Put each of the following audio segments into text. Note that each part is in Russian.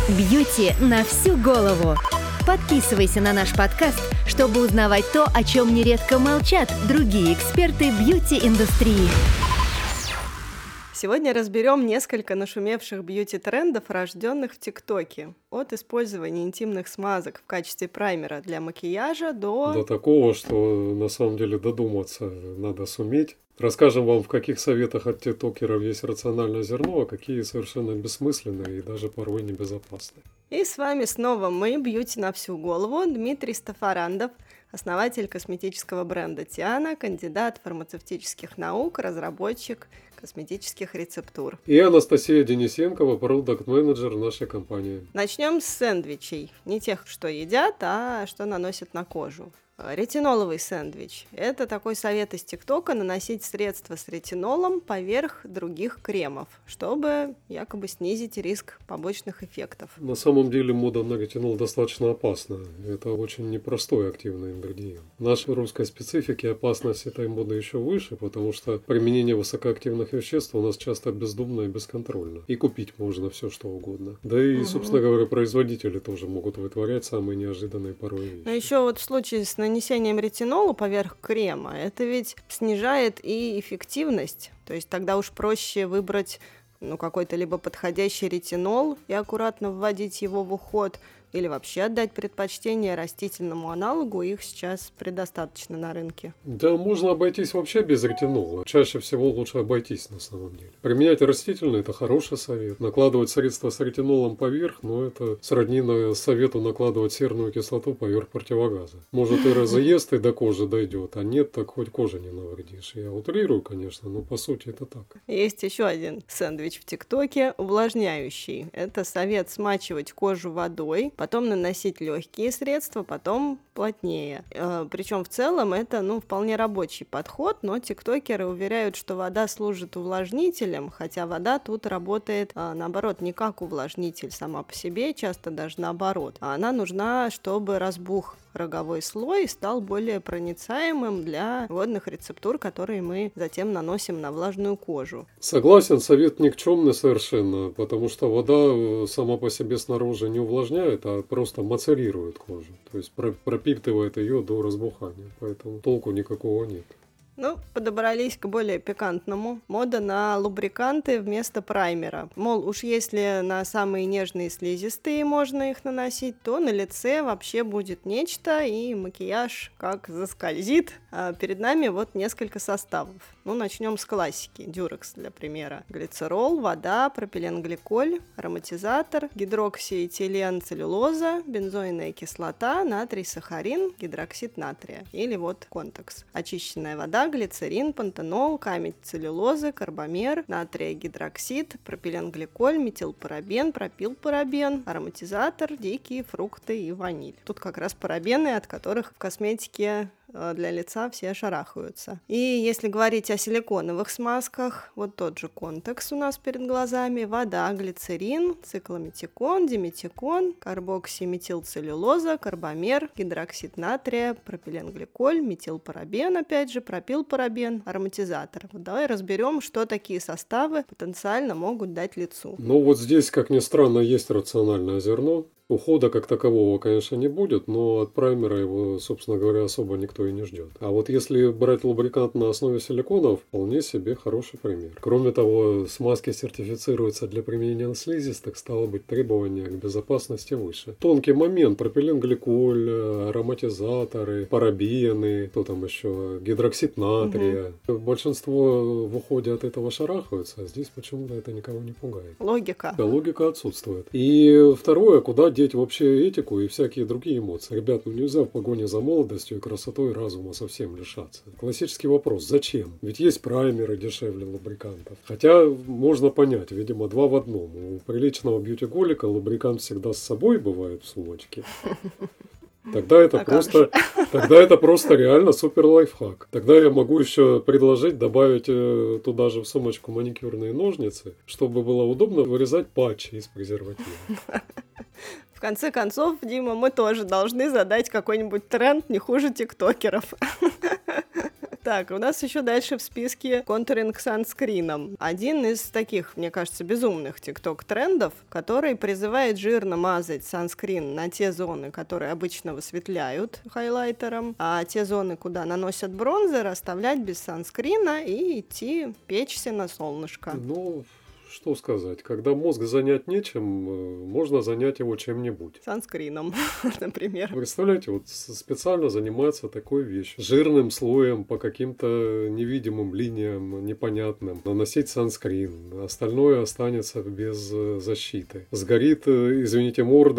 Бьюти на всю голову. Подписывайся на наш подкаст, чтобы узнавать то, о чем нередко молчат другие эксперты бьюти-индустрии. Сегодня разберем несколько нашумевших бьюти-трендов, рожденных в ТикТоке. От использования интимных смазок в качестве праймера для макияжа до такого, что на самом деле додуматься надо суметь. Расскажем вам, в каких советах от тиктокеров есть рациональное зерно, а какие совершенно бессмысленные и даже порой небезопасные. И с вами снова мы, Бьюти на всю голову, Дмитрий Стафарандов, основатель косметического бренда Тиана, кандидат фармацевтических наук, разработчик косметических рецептур. И Анастасия Денисенкова, продакт-менеджер нашей компании. Начнем с сэндвичей. Не тех, что едят, а что наносят на кожу. Ретиноловый сэндвич. Это такой совет из ТикТока: наносить средства с ретинолом поверх других кремов, чтобы якобы снизить риск побочных эффектов. На самом деле мода на ретинол достаточно опасна. Это очень непростой активный ингредиент. В нашей русской специфике опасность этой моды еще выше, потому что применение высокоактивных веществ у нас часто бездумно и бесконтрольно. И купить можно все, что угодно. Да и, собственно говоря, производители тоже могут вытворять самые неожиданные порой вещи. Но еще вот в случае с нанесением ретинола поверх крема, это ведь снижает и эффективность. То есть тогда уж проще выбрать какой-то либо подходящий ретинол и аккуратно вводить его в уход, или вообще отдать предпочтение растительному аналогу, их сейчас предостаточно на рынке. Да, можно обойтись вообще без ретинола. Чаще всего лучше обойтись на самом деле. Применять растительный – это хороший совет. Накладывать средства с ретинолом поверх, это сродни совету накладывать серную кислоту поверх противогаза. Может, и разъест, и до кожи дойдет, а нет, так хоть кожи не навредишь. Я утрирую, конечно, но по сути это так. Есть еще один сэндвич в ТикТоке – увлажняющий. Это совет смачивать кожу водой, потом наносить легкие средства, потом плотнее. Причем в целом это вполне рабочий подход, но тиктокеры уверяют, что вода служит увлажнителем, хотя вода тут работает наоборот не как увлажнитель сама по себе, часто даже наоборот. А она нужна, чтобы разбух роговой слой стал более проницаемым для водных рецептур, которые мы затем наносим на влажную кожу. Согласен, совет никчемный совершенно, потому что вода сама по себе снаружи не увлажняет, а просто мацерирует кожу, то есть пропитывает ее до разбухания, поэтому толку никакого нет. Подобрались к более пикантному. Мода на лубриканты вместо праймера. Мол, уж если на самые нежные слизистые можно их наносить, то на лице вообще будет нечто, и макияж как заскользит. А перед нами несколько составов. Начнем с классики. Дюрекс для примера. Глицерол, вода, пропиленгликоль, ароматизатор, гидроксиэтилен целлюлоза, бензойная кислота, натрий сахарин, гидроксид натрия. Или контекс. Очищенная вода, глицерин, пантенол, камень целлюлозы, карбамер, натрия гидроксид, пропиленгликоль, метилпарабен, пропилпарабен, ароматизатор, дикие фрукты и ваниль. Тут как раз парабены, от которых в косметике для лица все шарахаются. И если говорить о силиконовых смазках, тот же контекс у нас перед глазами: вода, глицерин, циклометикон, диметикон, карбоксиметилцеллюлоза, карбамер, гидроксид натрия, пропиленгликоль, метилпарабен, опять же, пропилпарабен, ароматизатор. Давай разберем, что такие составы потенциально могут дать лицу. Здесь, как ни странно, есть рациональное зерно. Ухода как такового, конечно, не будет, но от праймера его, собственно говоря, особо никто и не ждет. А если брать лубрикант на основе силикона, вполне себе хороший пример. Кроме того, смазки сертифицируются для применения на слизистых, стало быть, требования к безопасности выше. Тонкий момент: пропиленгликоль, ароматизаторы, парабены, кто там еще, гидроксид натрия. Большинство в уходе от этого шарахаются, а здесь почему-то это никого не пугает. Логика. Да, логика отсутствует. И второе, куда деть вообще этику и всякие другие эмоции? Ребят, нельзя в погоне за молодостью и красотой разума совсем лишаться. Классический вопрос: зачем? Ведь есть праймеры дешевле лубрикантов. Хотя можно понять, видимо, два в одном. У приличного бьюти-голика лубрикант всегда с собой бывает в сумочке. Тогда это просто реально супер лайфхак. Тогда я могу еще предложить добавить туда же в сумочку маникюрные ножницы, чтобы было удобно вырезать патчи из презерватива. В конце концов, Дима, мы тоже должны задать какой-нибудь тренд не хуже тиктокеров. Так, у нас еще дальше в списке контуринг санскрином. Один из таких, мне кажется, безумных тикток-трендов, который призывает жирно мазать санскрин на те зоны, которые обычно высветляют хайлайтером, а те зоны, куда наносят бронзер, оставлять без санскрина и идти печься на солнышко. Ну, что сказать, когда мозг занять нечем, можно занять его чем-нибудь. Санскрином, например. Представляете, вот специально заниматься такой вещью. Жирным слоем по каким-то невидимым линиям, непонятным. Наносить санскрин. Остальное останется без защиты. Сгорит, извините, морда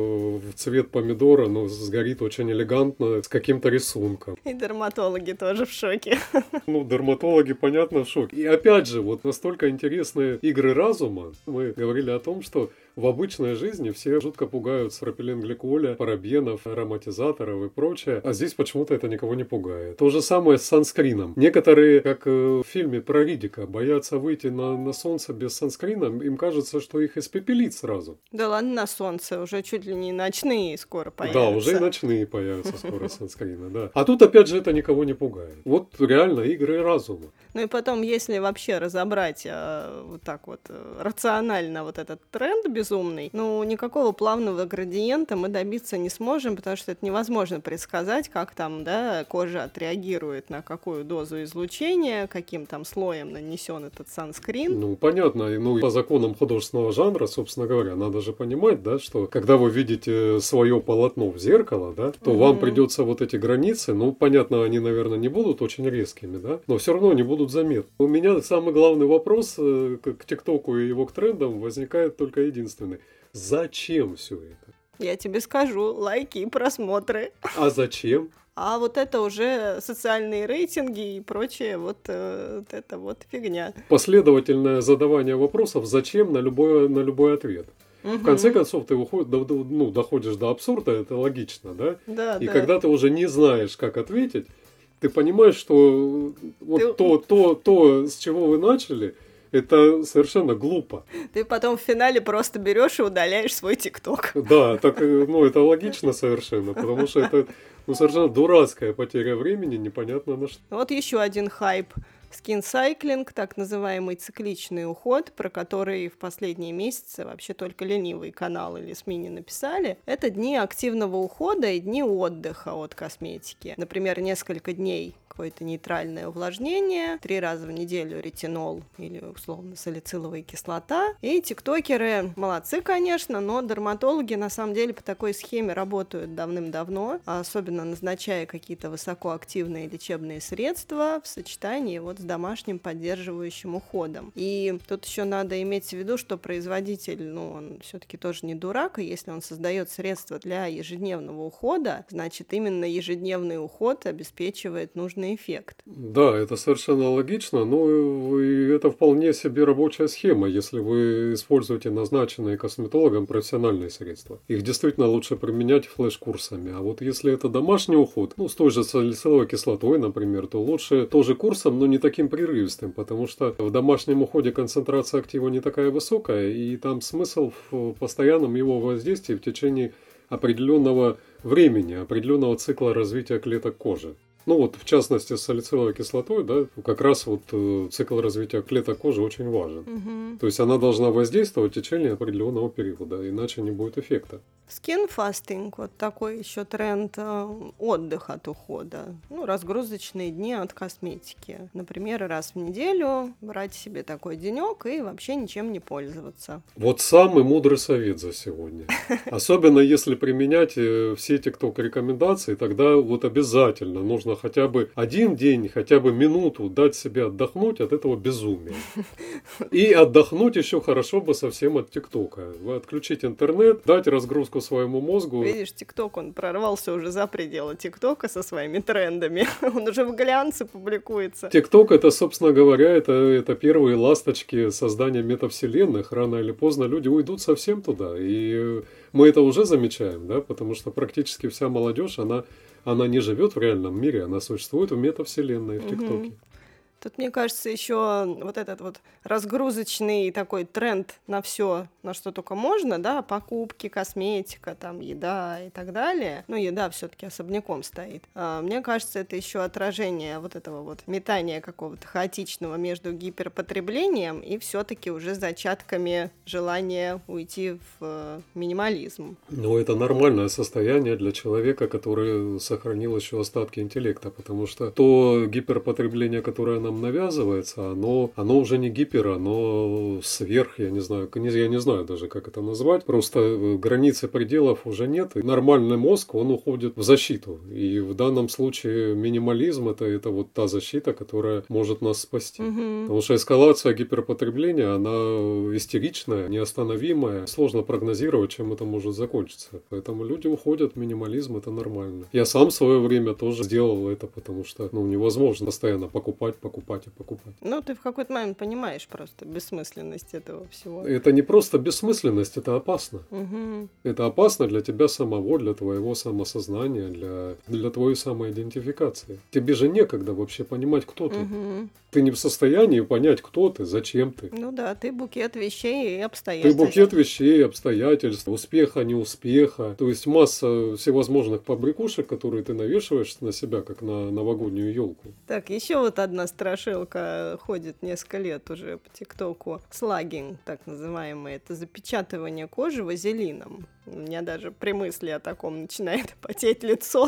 в цвет помидора, но сгорит очень элегантно с каким-то рисунком. И дерматологи тоже в шоке. Ну, дерматологи, понятно, в шоке. И опять же, вот настолько интересные игры разума. Мы говорили о том, что в обычной жизни все жутко пугаются пропиленгликоля, парабенов, ароматизаторов и прочее, а здесь почему-то это никого не пугает. То же самое с санскрином. Некоторые, как в фильме про Риддика, боятся выйти на солнце без санскрина, им кажется, что их испепелит сразу. Да ладно, на солнце, уже чуть ли не ночные скоро появятся. Да, уже и ночные появятся скоро санскрина, да. А тут опять же это никого не пугает. Вот реально игры разума. Ну и потом, если вообще разобрать вот так вот рационально вот этот тренд безумный, ну никакого плавного градиента мы добиться не сможем, потому что это невозможно предсказать, как там, да, кожа отреагирует на какую дозу излучения, каким там слоем нанесен этот санскрин. Ну, понятно. Ну, по законам художественного жанра, собственно говоря, надо же понимать, да, что когда вы видите свое полотно в зеркало, да, то вам придется вот эти границы, ну, понятно, они, наверное, не будут очень резкими, да, но все равно они будут заметны. У меня самый главный вопрос к ТикТоку и его к трендам возникает только единственный. Зачем все это? Я тебе скажу, лайки и просмотры. А зачем? А вот это уже социальные рейтинги и прочее, вот это вот фигня. Последовательное задавание вопросов «зачем» на любой ответ. В конце концов, ты доходишь до абсурда, это логично, да? Да, и да. когда ты уже не знаешь, как ответить, ты понимаешь, что вот то, с чего вы начали, это совершенно глупо. Ты потом в финале просто берешь и удаляешь свой ТикТок. Да, так, это логично совершенно, потому что это совершенно дурацкая потеря времени, непонятно на что. Вот еще один хайп. Скинсайклинг, так называемый цикличный уход, про который в последние месяцы вообще только ленивые каналы или СМИ не написали. Это дни активного ухода и дни отдыха от косметики. Например, несколько дней какое-то нейтральное увлажнение, 3 раза в неделю ретинол или условно салициловая кислота. И тиктокеры молодцы, конечно, но дерматологи на самом деле по такой схеме работают давным-давно, особенно назначая какие-то высокоактивные лечебные средства в сочетании вот с домашним поддерживающим уходом. И тут еще надо иметь в виду, что производитель, он все-таки тоже не дурак, и если он создает средства для ежедневного ухода, значит именно ежедневный уход обеспечивает нужный эффект. Да, это совершенно логично, но это вполне себе рабочая схема, если вы используете назначенные косметологом профессиональные средства. Их действительно лучше применять флеш-курсами. А вот если это домашний уход, с той же салициловой кислотой, например, то лучше тоже курсом, но не таким прерывистым, потому что в домашнем уходе концентрация актива не такая высокая, и там смысл в постоянном его воздействии в течение определенного времени, определенного цикла развития клеток кожи. В частности, с салициловой кислотой, да, как раз цикл развития клеток кожи очень важен. То есть она должна воздействовать в течение определенного периода, иначе не будет эффекта. Скинфастинг, вот такой еще тренд, отдых от ухода. Разгрузочные дни от косметики. Например, раз в неделю брать себе такой денек и вообще ничем не пользоваться. Вот самый мудрый совет за сегодня. Особенно если применять все TikTok-рекомендации, тогда обязательно нужно хотя бы один день, хотя бы минуту дать себе отдохнуть от этого безумия. И отдохнуть еще хорошо бы совсем от ТикТока. Отключить интернет, дать разгрузку своему мозгу. Видишь, ТикТок, он прорвался уже за пределы ТикТока со своими трендами. Он уже в глянце публикуется. ТикТок, это, собственно говоря, это первые ласточки создания метавселенных. Рано или поздно люди уйдут совсем туда. И мы это уже замечаем, да, потому что практически вся молодежь, она не живет в реальном мире, она существует в метавселенной, в ТикТоке. Тут, мне кажется, еще вот этот вот разгрузочный такой тренд на все, на что только можно, да, покупки, косметика, там, еда и так далее. Ну, еда все-таки особняком стоит. Мне кажется, это еще отражение вот этого вот метания какого-то хаотичного между гиперпотреблением и все-таки уже зачатками желания уйти в минимализм. Но это нормальное состояние для человека, который сохранил еще остатки интеллекта, потому что то гиперпотребление, которое нам навязывается, оно уже не гипер, оно сверх, я не знаю даже, как это назвать. Просто границы пределов уже нет. И нормальный мозг, он уходит в защиту. И в данном случае минимализм это вот та защита, которая может нас спасти. Потому что эскалация гиперпотребления, она истеричная, неостановимая. Сложно прогнозировать, чем это может закончиться. Поэтому люди уходят в минимализм, это нормально. Я сам в свое время тоже сделал это, потому что невозможно постоянно покупать. Ну, ты в какой-то момент понимаешь просто бессмысленность этого всего. Это не просто бессмысленность, это опасно. Это опасно для тебя самого, для твоего самосознания, для твоей самоидентификации. Тебе же некогда вообще понимать, кто ты. Ты не в состоянии понять, кто ты, зачем ты. Ну да, ты букет вещей и обстоятельств. Ты букет вещей, обстоятельств, успеха, неуспеха. То есть масса всевозможных побрякушек, которые ты навешиваешь на себя, как на новогоднюю елку. Так, еще вот одна страшилка ходит несколько лет уже по ТикТоку. Слагинг, так называемый. Это запечатывание кожи вазелином. У меня даже при мысли о таком начинает потеть лицо.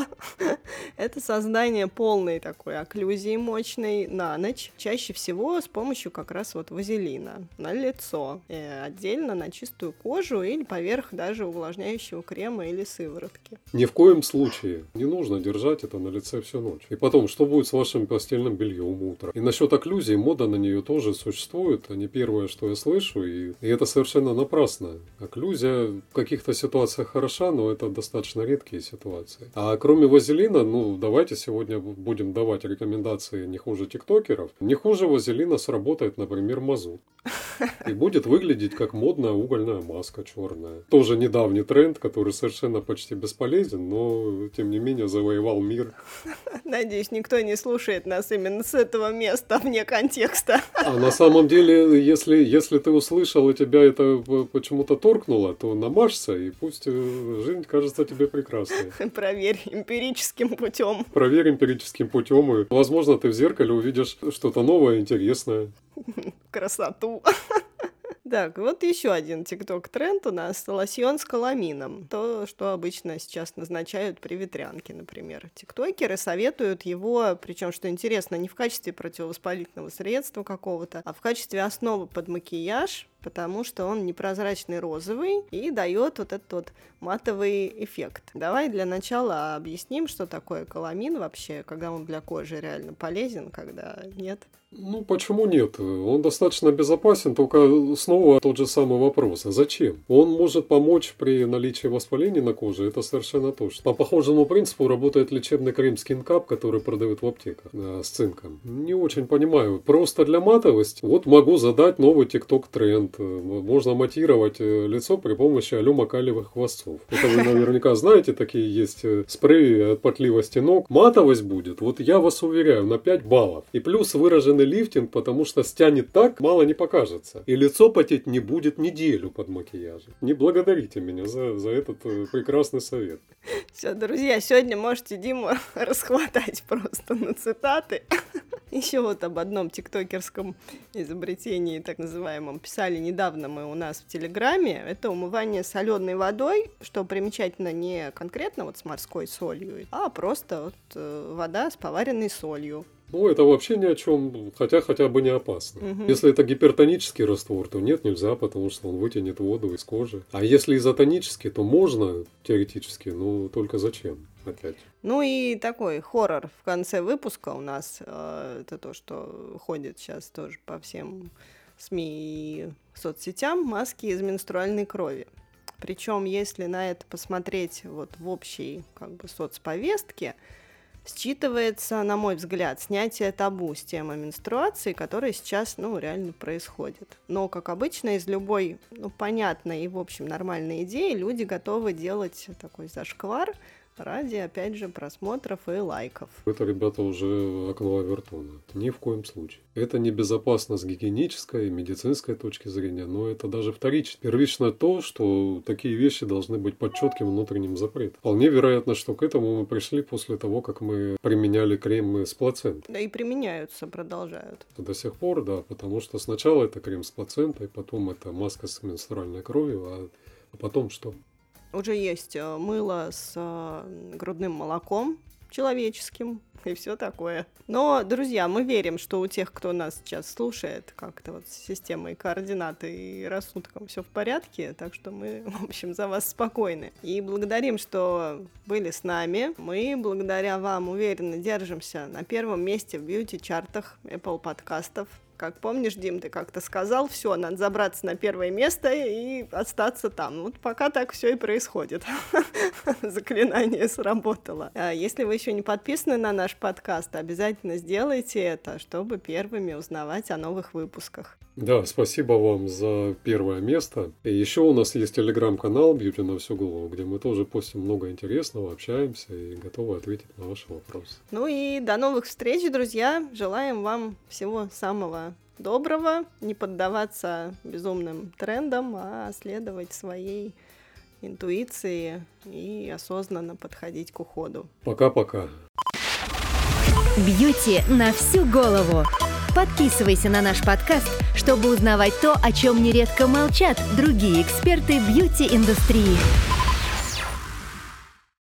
Это создание полной такой окклюзии мощной на ночь. Чаще всего с помощью как раз вот вазелина на лицо. И отдельно на чистую кожу или поверх даже увлажняющего крема или сыворотки. Ни в коем случае не нужно держать это на лице всю ночь. И потом, что будет с вашим постельным бельем утром? И насчет окклюзии, мода на нее тоже существует. А не первое, что я слышу. И это совершенно напрасно. Окклюзия в каких-то ситуациях хороша, но это достаточно редкие ситуации. А кроме вазелина, давайте сегодня будем давать рекомендации не хуже тиктокеров. Не хуже вазелина сработает, например, мазут. И будет выглядеть как модная угольная маска черная. Тоже недавний тренд, который совершенно почти бесполезен, но тем не менее завоевал мир. Надеюсь, никто не слушает нас именно с этого места, вне контекста. А на самом деле, если ты услышал и тебя это почему-то торкнуло, то намажься, и пусть жизнь кажется тебе прекрасной. Проверь эмпирическим путем. Проверь эмпирическим путем, и, возможно, ты в зеркале увидишь что-то новое, интересное. Красоту. Так, вот еще один тикток-тренд у нас – лосьон с каламином. То, что обычно сейчас назначают при ветрянке, например. Тиктокеры советуют его, причем, что интересно, не в качестве противовоспалительного средства какого-то, а в качестве основы под макияж, потому что он непрозрачный розовый и дает вот этот вот матовый эффект. Давай для начала объясним, что такое каламин вообще, когда он для кожи реально полезен, когда нет. Почему нет? Он достаточно безопасен, только снова тот же самый вопрос. А зачем? Он может помочь при наличии воспаления на коже, это совершенно точно. По похожему принципу работает лечебный крем Skin Cup, который продают в аптеках с цинком. Не очень понимаю. Просто для матовости. Вот могу задать новый тикток-тренд. Можно матировать лицо при помощи алюмокалиевых хвостцов. Это вы наверняка знаете, такие есть спреи от потливости ног. Матовость будет, вот я вас уверяю, на 5 баллов. И плюс выраженный лифтинг, потому что стянет так, мало не покажется. И лицо потеть не будет неделю под макияжем. Не благодарите меня за этот прекрасный совет. Все, друзья, сегодня можете Диму расхватать просто на цитаты. Еще вот об одном тиктокерском изобретении, так называемом, писали недавно мы у нас в Телеграме. Это умывание соленой водой, что примечательно не конкретно вот с морской солью, а просто вот вода с поваренной солью. Это вообще ни о чем, хотя бы не опасно. Если это гипертонический раствор, то нет, нельзя, потому что он вытянет воду из кожи. А если изотонический, то можно теоретически, но только зачем опять? И такой хоррор в конце выпуска у нас, это то, что ходит сейчас тоже по всем СМИ и соцсетям, маски из менструальной крови. Причем, если на это посмотреть вот в общей соцповестке, считывается, на мой взгляд, снятие табу с темы менструации, которая сейчас, реально происходит. Но, как обычно, из любой, понятной и, в общем, нормальной идеи люди готовы делать такой зашквар, ради, опять же, просмотров и лайков. Это, ребята, уже окно Авертона. Ни в коем случае. Это небезопасно с гигиенической и медицинской точки зрения, но это даже вторично. Первично то, что такие вещи должны быть под четким внутренним запретом. Вполне вероятно, что к этому мы пришли после того, как мы применяли крем с плацентой. Да и применяются, продолжают. До сих пор, да, потому что сначала это крем с плацентой, потом это маска с менструальной кровью, а потом что? Уже есть мыло с грудным молоком человеческим и все такое. Но, друзья, мы верим, что у тех, кто нас сейчас слушает, как-то вот с системой координат и рассудком все в порядке, так что мы, в общем, за вас спокойны. И благодарим, что были с нами. Мы, благодаря вам, уверенно держимся на первом месте в бьюти-чартах Apple подкастов. Как помнишь, Дим, ты как-то сказал, все, надо забраться на первое место и остаться там. Вот пока так все и происходит. Заклинание сработало. Если вы еще не подписаны на наш подкаст, обязательно сделайте это, чтобы первыми узнавать о новых выпусках. Да, спасибо вам за первое место. И еще у нас есть телеграм-канал «Бьюти на всю голову», где мы тоже постим много интересного, общаемся и готовы ответить на ваши вопросы. Ну и до новых встреч, друзья. Желаем вам всего самого доброго, не поддаваться безумным трендам, а следовать своей интуиции и осознанно подходить к уходу. Пока-пока. Бьюти на всю голову. Подписывайся на наш подкаст, чтобы узнавать то, о чем нередко молчат другие эксперты бьюти-индустрии.